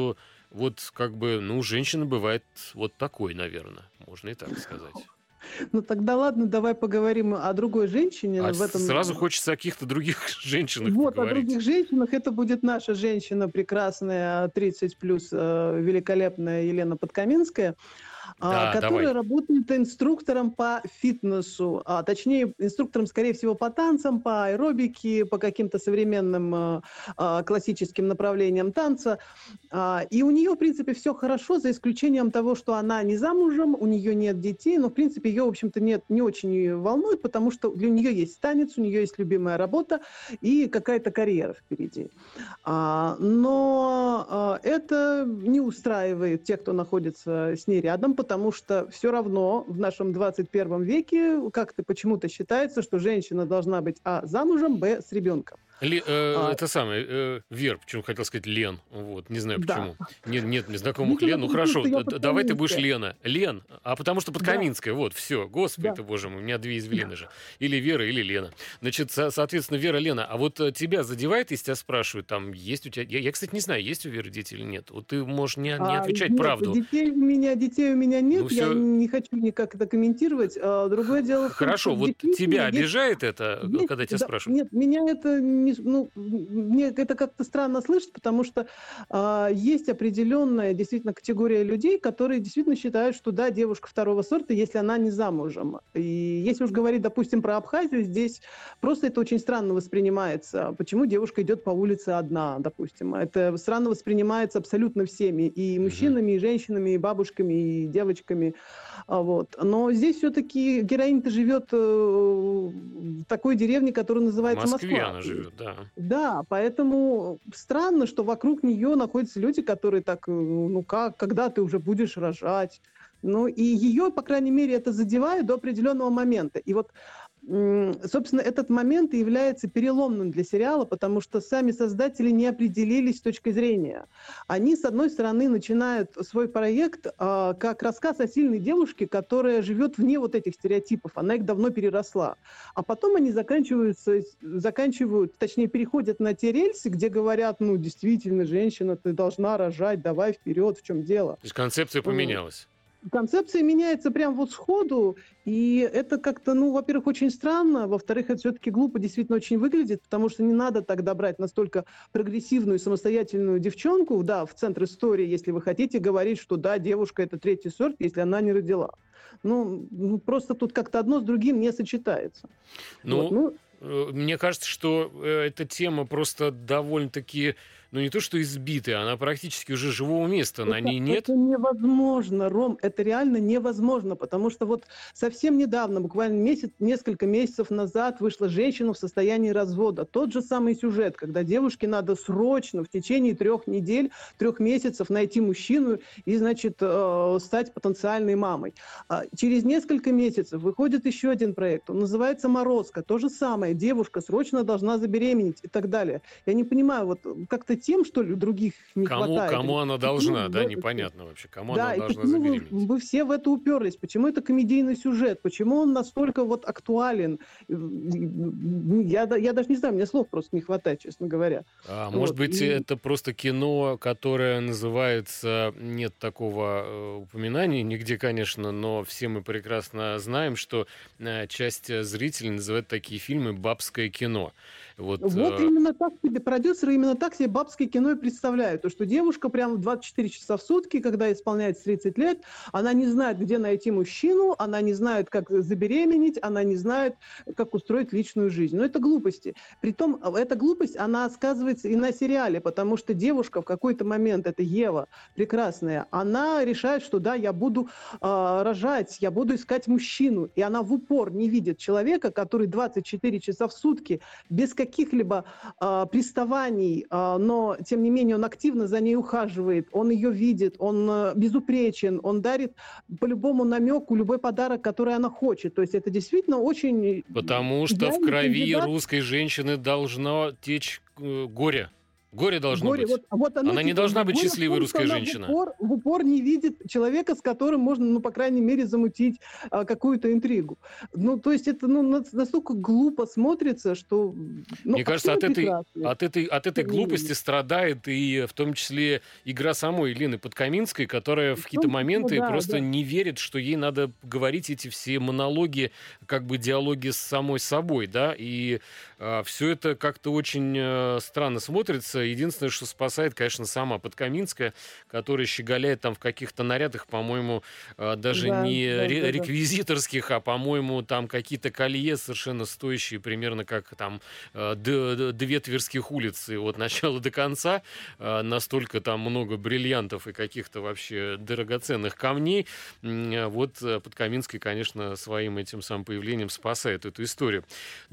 вот как бы, ну, женщина бывает вот такой, наверное, можно и так сказать. Ну тогда ладно, давай поговорим о другой женщине А в этом. сразу хочется о каких-то других женщинах Вот, о поговорить. других женщинах. Это будет наша женщина прекрасная, 30 плюс, великолепная Елена Подкаминская, Да, которая давай. работает инструктором по фитнесу, точнее, инструктором, скорее всего, по танцам, по аэробике, по каким-то современным классическим направлениям танца. И у нее, в принципе, все хорошо, за исключением того, что она не замужем, у нее нет детей, но, в принципе, ее, в общем-то, не очень волнует, потому что для нее есть танец, у нее есть любимая работа и какая-то карьера впереди. Но это не устраивает тех, кто находится с ней рядом, потому что все равно в нашем 21 веке как-то почему-то считается, что женщина должна быть замужем, с ребенком. Это самое, Вер, почему хотел сказать Лен, вот, не знаю Да. почему. Нет незнакомых Видимо, Лен, ну потому хорошо, что я давай ты будешь Подкаминская. Лена. Лен, потому что Да, Подкаминская, вот, все, господи да. ты, боже мой, у меня две извилины же. Или Вера, или Лена. Значит, соответственно, Вера, Лена, а вот тебя задевает, если тебя спрашивают, там, есть у тебя... Я, кстати, не знаю, есть у Веры дети или нет. Вот ты можешь не отвечать Нет, правду. детей у меня Ну, нет, я все, не хочу никак это комментировать. Другое дело в том, что хорошо, вот действительно тебя есть. обижает это, Есть, когда тебя да, спрашивают? нет, меня это не, ну, мне это как-то странно слышать, потому что есть определенная действительно категория людей, которые действительно считают, что да, девушка второго сорта, если она не замужем. И если уж говорить, допустим, про Абхазию, здесь просто это очень странно воспринимается. Почему девушка идет по улице одна, допустим? Это странно воспринимается абсолютно всеми, и Мгм. мужчинами, и женщинами, и бабушками, и девочками. Вот. Но здесь все-таки героиня-то живет в такой деревне, которая В называется Москве Москва. она живет, да. Да, поэтому странно, что вокруг нее находятся люди, которые так, ну как, когда ты уже будешь рожать? Ну и ее, по крайней мере, это задевает до определенного момента. И вот, собственно, этот момент и является переломным для сериала, потому что сами создатели не определились с точки зрения. Они, с одной стороны, начинают свой проект как рассказ о сильной девушке, которая живет вне вот этих стереотипов, она их давно переросла. А потом они заканчивают, точнее, переходят на те рельсы, где говорят, ну, действительно, женщина, ты должна рожать, давай вперед, в чем дело. То есть концепция поменялась. Концепция меняется прям вот сходу, и это как-то, ну, во-первых, очень странно, во-вторых, это все-таки глупо действительно очень выглядит, потому что не надо тогда брать настолько прогрессивную самостоятельную девчонку, да, в центр истории, если вы хотите говорить, что да, девушка это третий сорт, если она не родила. Ну, просто тут как-то одно с другим не сочетается. Вот, Ну, мне кажется, что эта тема просто довольно-таки, ну не то что избитая, она практически уже живого места на ней Это нет. невозможно, Ром, это реально невозможно, потому что вот совсем недавно, буквально несколько месяцев назад вышла женщина в состоянии развода. Тот же самый сюжет, когда девушке надо срочно в течение 3 недель, 3 месяцев найти мужчину и, значит, стать потенциальной мамой. Через несколько месяцев выходит еще один проект, он называется «Морозко». То же самое, девушка срочно должна забеременеть и так далее. Я не понимаю, вот как-то тем, что ли, других не хватает? Кому она Почему должна, в да, это непонятно вообще, кому она Да, и должна почему забеременеть. вы все в это уперлись? Почему это комедийный сюжет? Почему он настолько вот актуален? Я даже не знаю, мне слов просто не хватает, честно говоря. Может Вот. быть, это просто кино, которое называется, нет такого упоминания нигде, конечно, но все мы прекрасно знаем, что часть зрителей называет такие фильмы «бабское кино». Вот, Вот именно так себе продюсеры, именно так себе бабское кино и представляют. То, что девушка прямо в 24 часа в сутки, когда исполняется 30 лет, она не знает, где найти мужчину, она не знает, как забеременеть, она не знает, как устроить личную жизнь. Но это глупости. Притом, эта глупость, она сказывается и на сериале, потому что девушка в какой-то момент, это Ева, прекрасная, она решает, что да, я буду рожать, я буду искать мужчину. И она в упор не видит человека, который 24 часа в сутки без каких-либо приставаний, но, тем не менее, он активно за ней ухаживает, он ее видит, он безупречен, он дарит по любому намеку любой подарок, который она хочет. То есть это действительно очень потому что в идеальный крови кандидат. русской женщины должно течь горе. Горе должно Горе, быть. вот оно Она не типа, должна быть горе в счастливой том, что русская она женщина. в упор не видит человека, с которым можно, ну, по крайней мере, замутить какую-то интригу. Ну, то есть это настолько глупо смотрится, что... Ну, Мне кажется, актеры прекрасные, от этой тем не глупости менее. страдает и в том числе игра самой Елены Подкаминской, которая в В какие-то том числе, моменты да, просто да. не верит, что ей надо говорить эти все монологи, как бы диалоги с самой собой, да, и все это как-то очень странно смотрится. Единственное, что спасает, конечно, сама Подкаминская, которая щеголяет там в каких-то нарядах, по-моему, даже Да, не да, да, да. реквизиторских, а, по-моему, там какие-то колье совершенно стоящие, примерно как там две Тверских улицы от начала до конца. Настолько там много бриллиантов и каких-то вообще драгоценных камней. Вот Подкаминский, конечно, своим этим самым появлением спасает эту историю.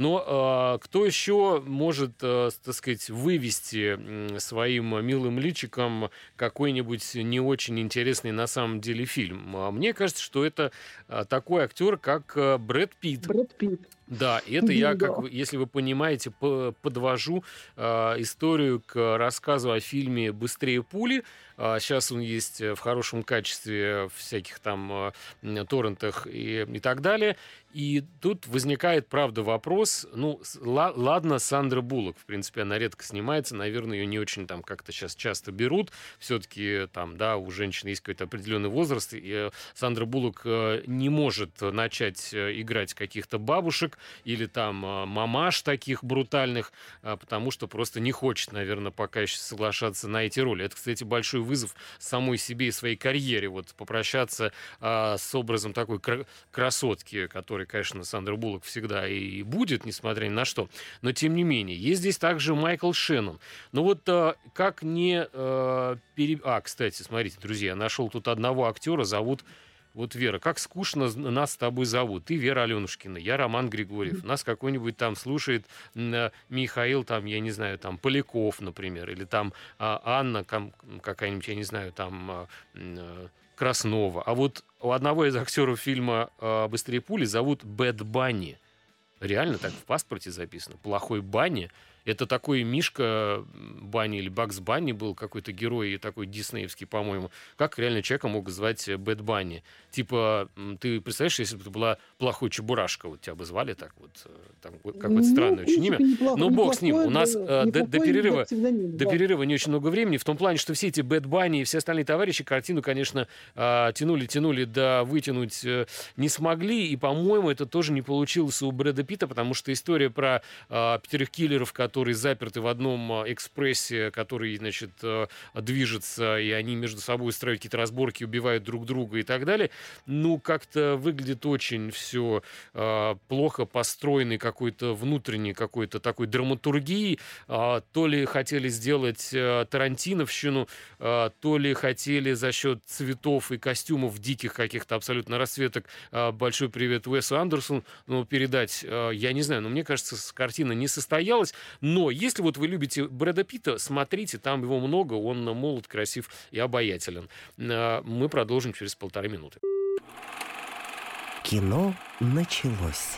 Но кто еще может, так сказать, вывести своим милым личиком какой-нибудь не очень интересный на самом деле фильм? Мне кажется, что это такой актер, как Брэд Питт. Брэд Питт. Да, и это я, Бинго. если вы понимаете, подвожу историю к рассказу о фильме «Быстрее пули». Сейчас он есть в хорошем качестве в всяких там торрентах и так далее. И тут возникает, правда, вопрос, ну, ладно, Сандра Буллок, в принципе, она редко снимается, наверное, ее не очень там как-то сейчас часто берут, все-таки там, да, у женщины есть какой-то определенный возраст, и Сандра Буллок не может начать играть каких-то бабушек или там мамаш таких брутальных, потому что просто не хочет, наверное, пока еще соглашаться на эти роли. Это, кстати, большой вызов самой себе и своей карьере, вот попрощаться с образом такой красотки, который, конечно, Сандра Буллок всегда и будет, несмотря ни на что. Но, тем не менее, есть здесь также Майкл Шеннон. Ну вот как не... кстати, смотрите, друзья, я нашел тут одного актера, зовут... Вот, Вера, как скучно нас с тобой зовут. Ты Вера Аленушкина, я Роман Григорьев. Нас какой-нибудь там слушает Михаил, там, я не знаю, там, Поляков, например, или там Анна какая-нибудь, я не знаю, там... Краснова. А вот у одного из актеров фильма «Быстрее пули» зовут Бэд Банни. Реально так в паспорте записано. Плохой Банни. Это такой Мишка Банни или Бакс Банни был, какой-то герой такой диснеевский, по-моему. Как реально человека мог звать Бэд Банни? Типа, ты представляешь, если бы ты была плохой Чебурашка, вот тебя бы звали так вот, там какое-то странное очень имя. Но бог с ним. У нас до перерыва не очень много времени, в том плане, что все эти Бэд Банни и все остальные товарищи картину, конечно, тянули, да вытянуть не смогли. И, по-моему, это тоже не получилось у Брэда Питта, потому что история про 5 киллеров, которые заперты в одном экспрессе, который, значит, движется, и они между собой устраивают какие-то разборки, убивают друг друга и так далее. Ну, как-то выглядит очень все плохо построенный какой-то внутренний какой-то такой драматургии. То ли хотели сделать тарантиновщину, то ли хотели за счет цветов и костюмов диких каких-то абсолютно расцветок, большой привет Уэсу Андерсону, передать. Я не знаю, но мне кажется, картина не состоялась. Но если вот вы любите Брэда Питта, смотрите, там его много, он молод, красив и обаятелен. Мы продолжим через 1,5 минуты. Кино началось.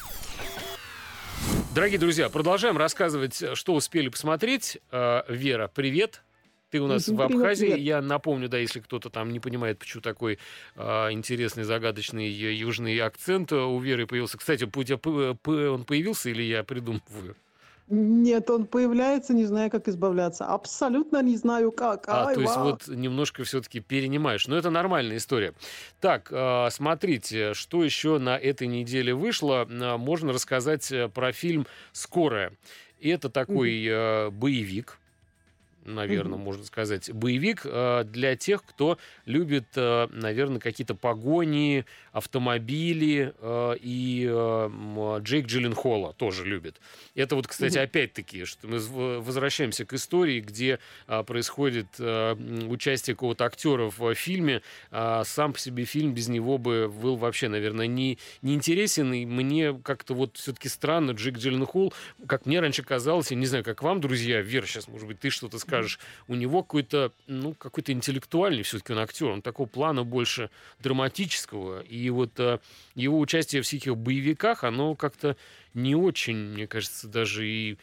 Дорогие друзья, продолжаем рассказывать, что успели посмотреть. Вера, привет. Ты у нас в Абхазии. Привет. Я напомню, да, если кто-то там не понимает, почему такой интересный, загадочный южный акцент у Веры появился. Кстати, у тебя он появился или я придумываю? Нет, он появляется, не знаю, как избавляться. Абсолютно не знаю, как. То есть вот немножко все-таки перенимаешь. Но это нормальная история. Так, смотрите, что еще на этой неделе вышло. Можно рассказать про фильм «Скорая». Это такой боевик. Наверное, можно сказать, боевик для тех, кто любит, наверное, какие-то погони, автомобили, и Джейк Джилленхола тоже любит. Это вот, кстати, опять-таки, что мы возвращаемся к истории, где происходит участие какого-то актера в фильме. Сам по себе фильм без него бы был вообще, наверное, не интересен, и мне как-то вот все-таки странно. Джейк Джилленхол, как мне раньше казалось, я не знаю, как вам, друзья, Вера, сейчас, может быть, ты что-то скажешь, у него какой-то интеллектуальный все-таки он актер, он такого плана больше драматического, и вот его участие в всяких боевиках, оно как-то не очень, мне кажется, даже и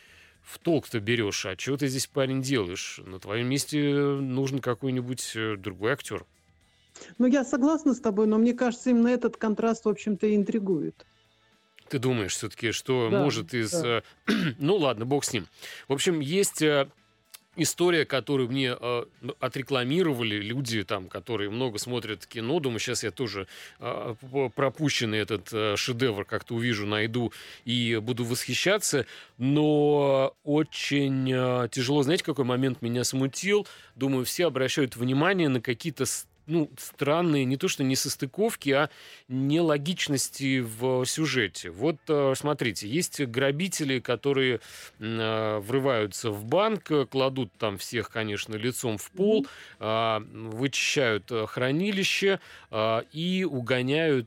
в толк-то берешь? А чего ты здесь, парень, делаешь? На твоем месте нужен какой-нибудь другой актер. Ну, я согласна с тобой, но мне кажется, именно этот контраст, в общем-то, и интригует. Ты думаешь все-таки, что Да, может из... да. Ну ладно, бог с ним. В общем, есть история, которую мне отрекламировали люди, там, которые много смотрят кино. Думаю, сейчас я тоже пропущенный этот шедевр как-то увижу, найду и буду восхищаться. Но очень тяжело. Знаете, какой момент меня смутил? Думаю, все обращают внимание на какие-то странные, не то что несостыковки, а нелогичности в сюжете. Вот смотрите, есть грабители, которые врываются в банк, кладут там всех, конечно, лицом в пол, вычищают хранилище и угоняют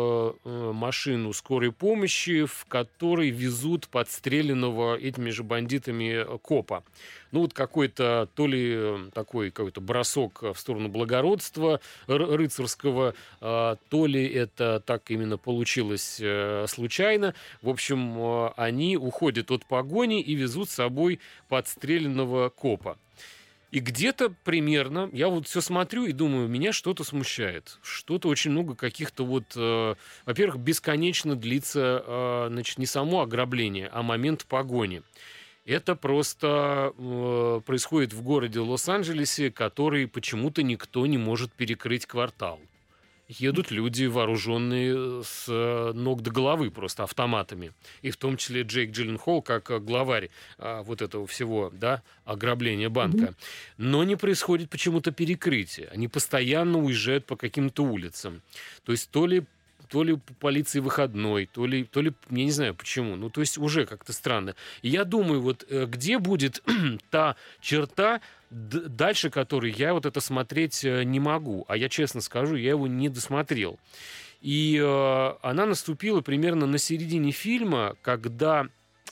машину скорой помощи, в которой везут подстреленного этими же бандитами копа. Ну вот какой-то то ли такой какой-то бросок в сторону благородства рыцарского, то ли это так именно получилось случайно. В общем, они уходят от погони и везут с собой подстреленного копа. И где-то примерно, я вот все смотрю и думаю, меня что-то смущает. Что-то очень много каких-то вот... во-первых, бесконечно длится, значит, не само ограбление, а момент погони. Это просто происходит в городе Лос-Анджелесе, который почему-то никто не может перекрыть квартал. Едут люди, вооруженные с ног до головы просто автоматами. И в том числе Джейк Джилленхол, как главарь вот этого всего, да, ограбления банка. Но не происходит почему-то перекрытие. Они постоянно уезжают по каким-то улицам. То есть то ли полиции выходной, то ли, я не знаю почему. Ну, то есть уже как-то странно. И я думаю, вот где будет та черта, дальше которой я вот это смотреть не могу. А я честно скажу, я его не досмотрел. И она наступила примерно на середине фильма, когда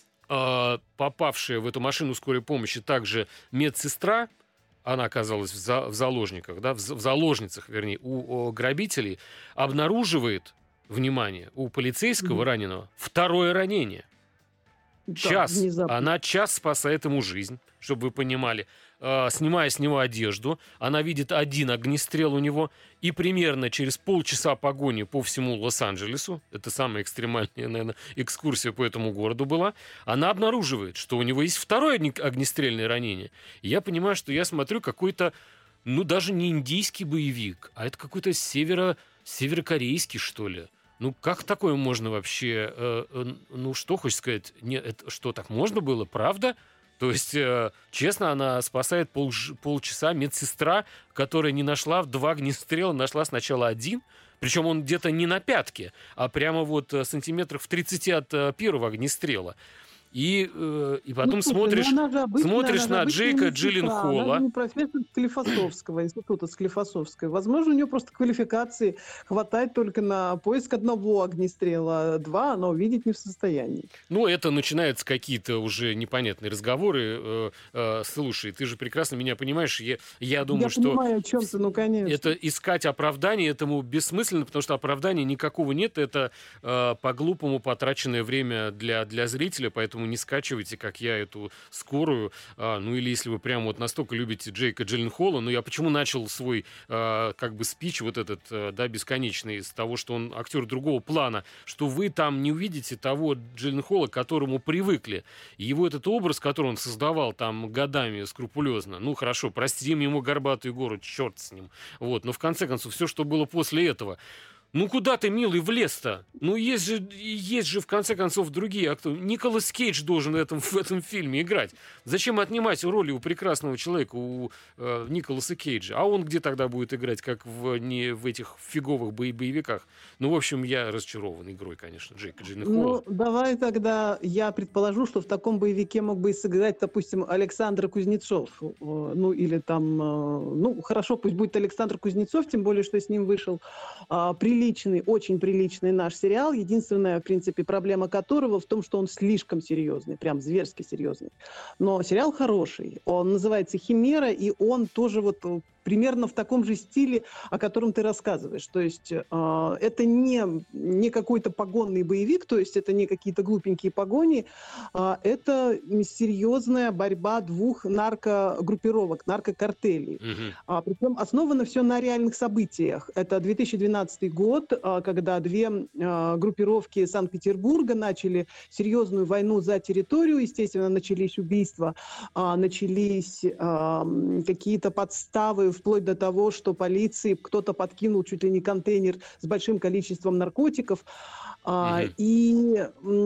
попавшая в эту машину скорой помощи также медсестра, она оказалась в заложниках, да, в заложницах, вернее, у грабителей, обнаруживает, внимание, у полицейского раненого второе ранение. Час. Внезапно. Она час спасает ему жизнь, чтобы вы понимали. Снимая с него одежду, она видит один огнестрел у него, и примерно через полчаса погони по всему Лос-Анджелесу, это самая экстремальная, наверное, экскурсия по этому городу была, она обнаруживает, что у него есть второе огнестрельное ранение. И я понимаю, что я смотрю какой-то, ну, даже не индийский боевик, а это какой-то северокорейский, что ли. Ну, как такое можно вообще... ну, что хочешь сказать? Что, так можно было? Правда? То есть, честно, она спасает полчаса медсестра, которая не нашла 2 огнестрела, нашла сначала 1. Причем он где-то не на пятке, а прямо вот сантиметров в 30 от первого огнестрела. И потом смотришь на Джейка Джилленхола. Она же не профессор Склифосовского, института Склифосовской. Возможно, у нее просто квалификации хватает только на поиск одного огнестрела, 2 она увидеть не в состоянии. Ну, это начинаются какие-то уже непонятные разговоры. Слушай, ты же прекрасно меня понимаешь. Я думаю, что... Я понимаю, о чем ты, ну, конечно. Это искать оправдание этому бессмысленно, потому что оправдания никакого нет. Это по-глупому потраченное время для зрителя, поэтому не скачивайте, как я, эту скорую. Ну, или если вы прям вот настолько любите Джейка Джилленхола. Ну, я почему начал свой, как бы, спич вот этот, да, бесконечный, с того, что он актер другого плана, что вы там не увидите того Джилленхола, к которому привыкли. И его этот образ, который он создавал там годами скрупулезно, ну, хорошо, простим ему горбатую гору, черт с ним. Вот, но в конце концов, все, что было после этого... Ну, куда ты, милый, влез-то? Ну, есть же, в конце концов, другие актеры. Николас Кейдж должен в этом фильме играть. Зачем отнимать роли у прекрасного человека, у Николаса Кейджа? А он где тогда будет играть, как не в этих фиговых боевиках? Ну, в общем, я разочарован игрой, конечно, Джейка Джилленхола. Ну, давай тогда я предположу, что в таком боевике мог бы и сыграть, допустим, Александр Кузнецов. Ну, или там... Ну, хорошо, пусть будет Александр Кузнецов, тем более, что с ним вышел приличный, очень приличный наш сериал. Единственная, в принципе, проблема которого в том, что он слишком серьезный, прям зверски серьезный. Но сериал хороший. Он называется «Химера», и он тоже вот примерно в таком же стиле, о котором ты рассказываешь. То есть это не какой-то погонный боевик, то есть это не какие-то глупенькие погони, это серьезная борьба двух наркогруппировок, наркокартелей. Причем основано все на реальных событиях. Это 2012 год, когда две группировки Санкт-Петербурга начали серьезную войну за территорию. Естественно, начались убийства, начались какие-то подставы, вплоть до того, что полиции кто-то подкинул чуть ли не контейнер с большим количеством наркотиков. И,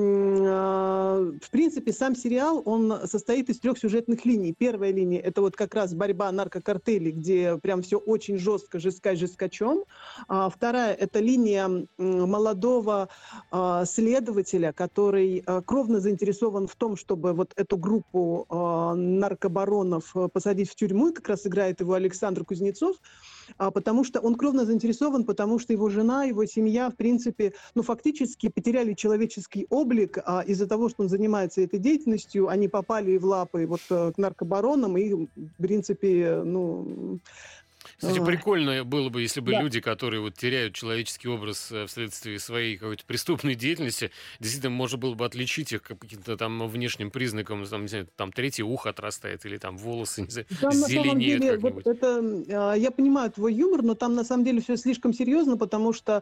в принципе, сам сериал, он состоит из 3 сюжетных линий. Первая линия – это вот как раз борьба наркокартелей, где прям все очень жестко, жесткачом. Вторая – это линия молодого следователя, который кровно заинтересован в том, чтобы вот эту группу наркобаронов посадить в тюрьму. И как раз играет его Александр Кузнецов. Потому что он кровно заинтересован, потому что его жена, его семья, в принципе, фактически потеряли человеческий облик из-за того, что он занимается этой деятельностью. Они попали в лапы вот к наркобаронам и, в принципе, Кстати, прикольно было бы, если бы люди, которые вот теряют человеческий образ вследствие своей какой-то преступной деятельности, действительно можно было бы отличить их по каким-то там внешним признакам, там, не знаю, там третье ухо отрастает или там волосы, не знаю, там, зеленеют деле, как-нибудь. Вот это, я понимаю твой юмор, но там на самом деле все слишком серьезно, потому что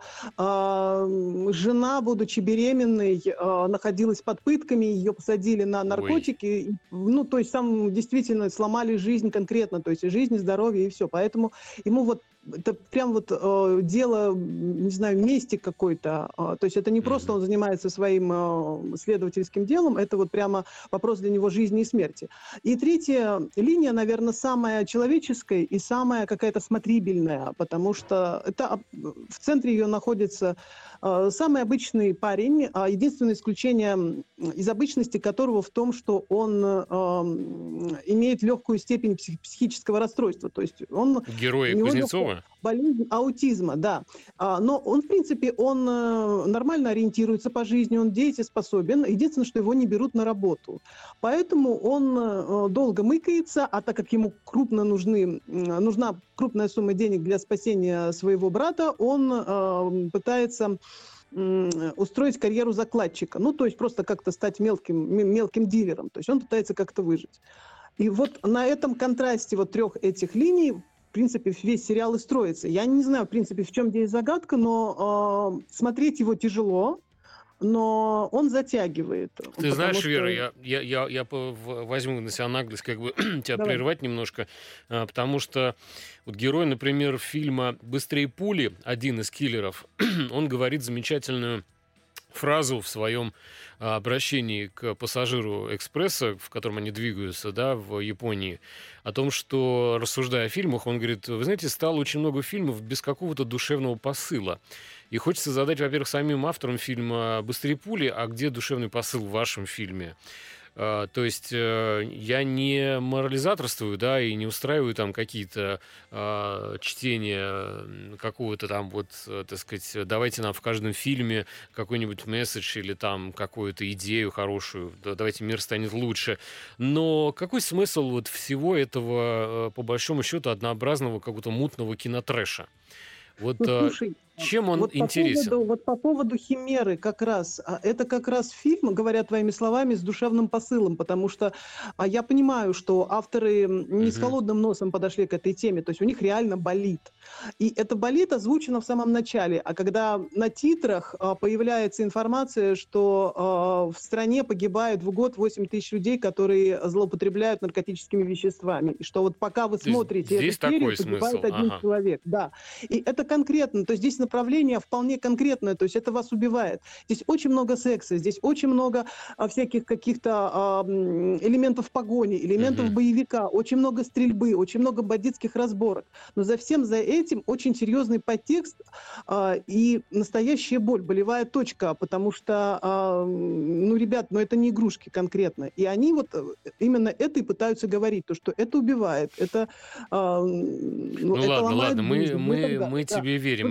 жена, будучи беременной, находилась под пытками, ее посадили на наркотики, то есть там действительно сломали жизнь конкретно, то есть жизнь, здоровье и все, поэтому ему вот это прям вот дело, не знаю, мести какой-то. То есть это не просто он занимается своим следовательским делом, это вот прямо вопрос для него жизни и смерти. И третья линия, наверное, самая человеческая и самая какая-то смотрибельная, потому что это, в центре ее находится самый обычный парень, единственное исключение из обычности которого в том, что он имеет легкую степень психического расстройства. То есть он... Герой Кузнецова? Болезнь аутизма, да. Но он, в принципе, он нормально ориентируется по жизни, он дееспособен. Единственное, что его не берут на работу. Поэтому он долго мыкается, а так как ему нужна крупная сумма денег для спасения своего брата, он пытается устроить карьеру закладчика. То есть просто как-то стать мелким дилером. То есть он пытается как-то выжить. И вот на этом контрасте вот 3 этих линий, в принципе, весь сериал и строится. Я не знаю, в принципе, в чем здесь загадка, но смотреть его тяжело, но он затягивает. Ты знаешь, Вера, я возьму на себя наглость как бы тебя прервать немножко, потому что вот герой, например, фильма «Быстрее пули», один из киллеров, он говорит замечательную фразу в своем обращении к пассажиру экспресса, в котором они двигаются, в Японии, о том, что, рассуждая о фильмах, он говорит: вы знаете, стало очень много фильмов без какого-то душевного посыла. И хочется задать, во-первых, самим авторам фильма «Быстрее пули», а где душевный посыл в вашем фильме? То есть я не морализаторствую, и не устраиваю там какие-то чтения какого-то там так сказать, давайте нам в каждом фильме какой-нибудь месседж или там какую-то идею хорошую, давайте мир станет лучше. Но какой смысл вот всего этого, по большому счету, однообразного какого-то мутного кинотрэша? Слушай, чем он интересен? По поводу «Химеры» как раз. Это как раз фильм, говоря твоими словами, с душевным посылом, потому что я понимаю, что авторы не с холодным носом подошли к этой теме, то есть у них реально болит. И это болит озвучено в самом начале, а когда на титрах появляется информация, что в стране погибает в год 8 тысяч людей, которые злоупотребляют наркотическими веществами, и что вот пока вы смотрите эту серию, погибает один человек. Да. И это конкретно, то есть здесь направление вполне конкретное, то есть это вас убивает. Здесь очень много секса, здесь очень много всяких каких-то элементов погони, элементов боевика, очень много стрельбы, очень много бандитских разборок. Но за этим очень серьезный подтекст и настоящая боль, болевая точка, потому что, ребят, это не игрушки конкретно. И они вот именно это и пытаются говорить, то, что это убивает, это ладно, мы тебе верим.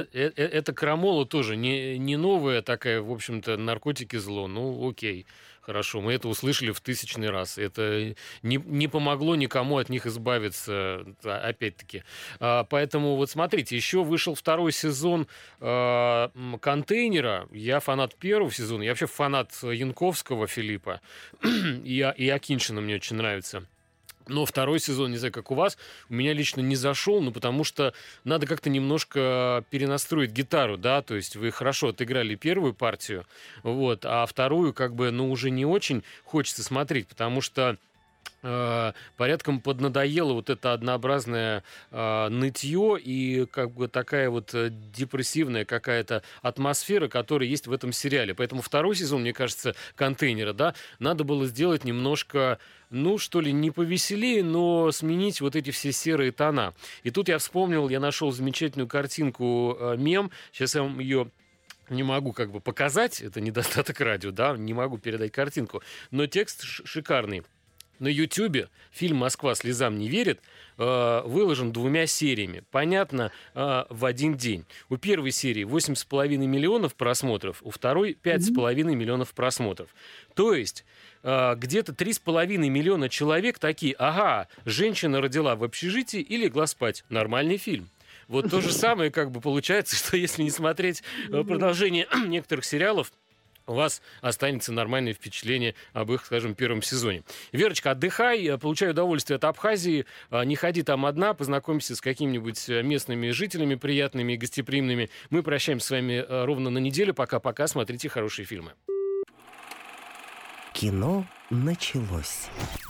Это крамола тоже не новая такая, в общем-то, наркотики зло. Ну, окей, хорошо, мы это услышали в 1000-й раз. Это не помогло никому от них избавиться, опять-таки. Поэтому вот смотрите, еще вышел 2-й сезон «Контейнера». Я фанат 1-го сезона, я вообще фанат Янковского Филиппа и Акиньшина мне очень нравится. Но 2-й сезон, не знаю, как у вас, у меня лично не зашел, ну, потому что надо как-то немножко перенастроить гитару, да, то есть вы хорошо отыграли 1-ю партию, вот, а 2-ю, как бы, ну, уже не очень хочется смотреть, потому что порядком поднадоело вот это однообразное нытье и как бы такая вот депрессивная какая-то атмосфера, которая есть в этом сериале. Поэтому 2-й сезон, мне кажется, «Контейнера», да, надо было сделать немножко, ну, что ли, не повеселее, но сменить вот эти все серые тона. И тут я вспомнил, я нашел замечательную картинку, мем, сейчас я вам ее не могу как бы показать, это недостаток радио, да, не могу передать картинку, но текст шикарный. На Ютьюбе фильм «Москва слезам не верит» выложен 2 сериями. Понятно, в один день. У 1-й серии 8,5 миллионов просмотров, у 2-й 5,5 миллионов просмотров. То есть где-то 3,5 миллиона человек такие: ага, женщина родила в общежитии и легла спать. Нормальный фильм. Вот то же самое как бы получается, что если не смотреть продолжение некоторых сериалов, у вас останется нормальное впечатление об их, скажем, 1-м сезоне. Верочка, отдыхай, получай удовольствие от Абхазии, не ходи там одна, познакомься с какими-нибудь местными жителями приятными и гостеприимными. Мы прощаемся с вами ровно на неделю. Пока-пока, смотрите хорошие фильмы. Кино началось.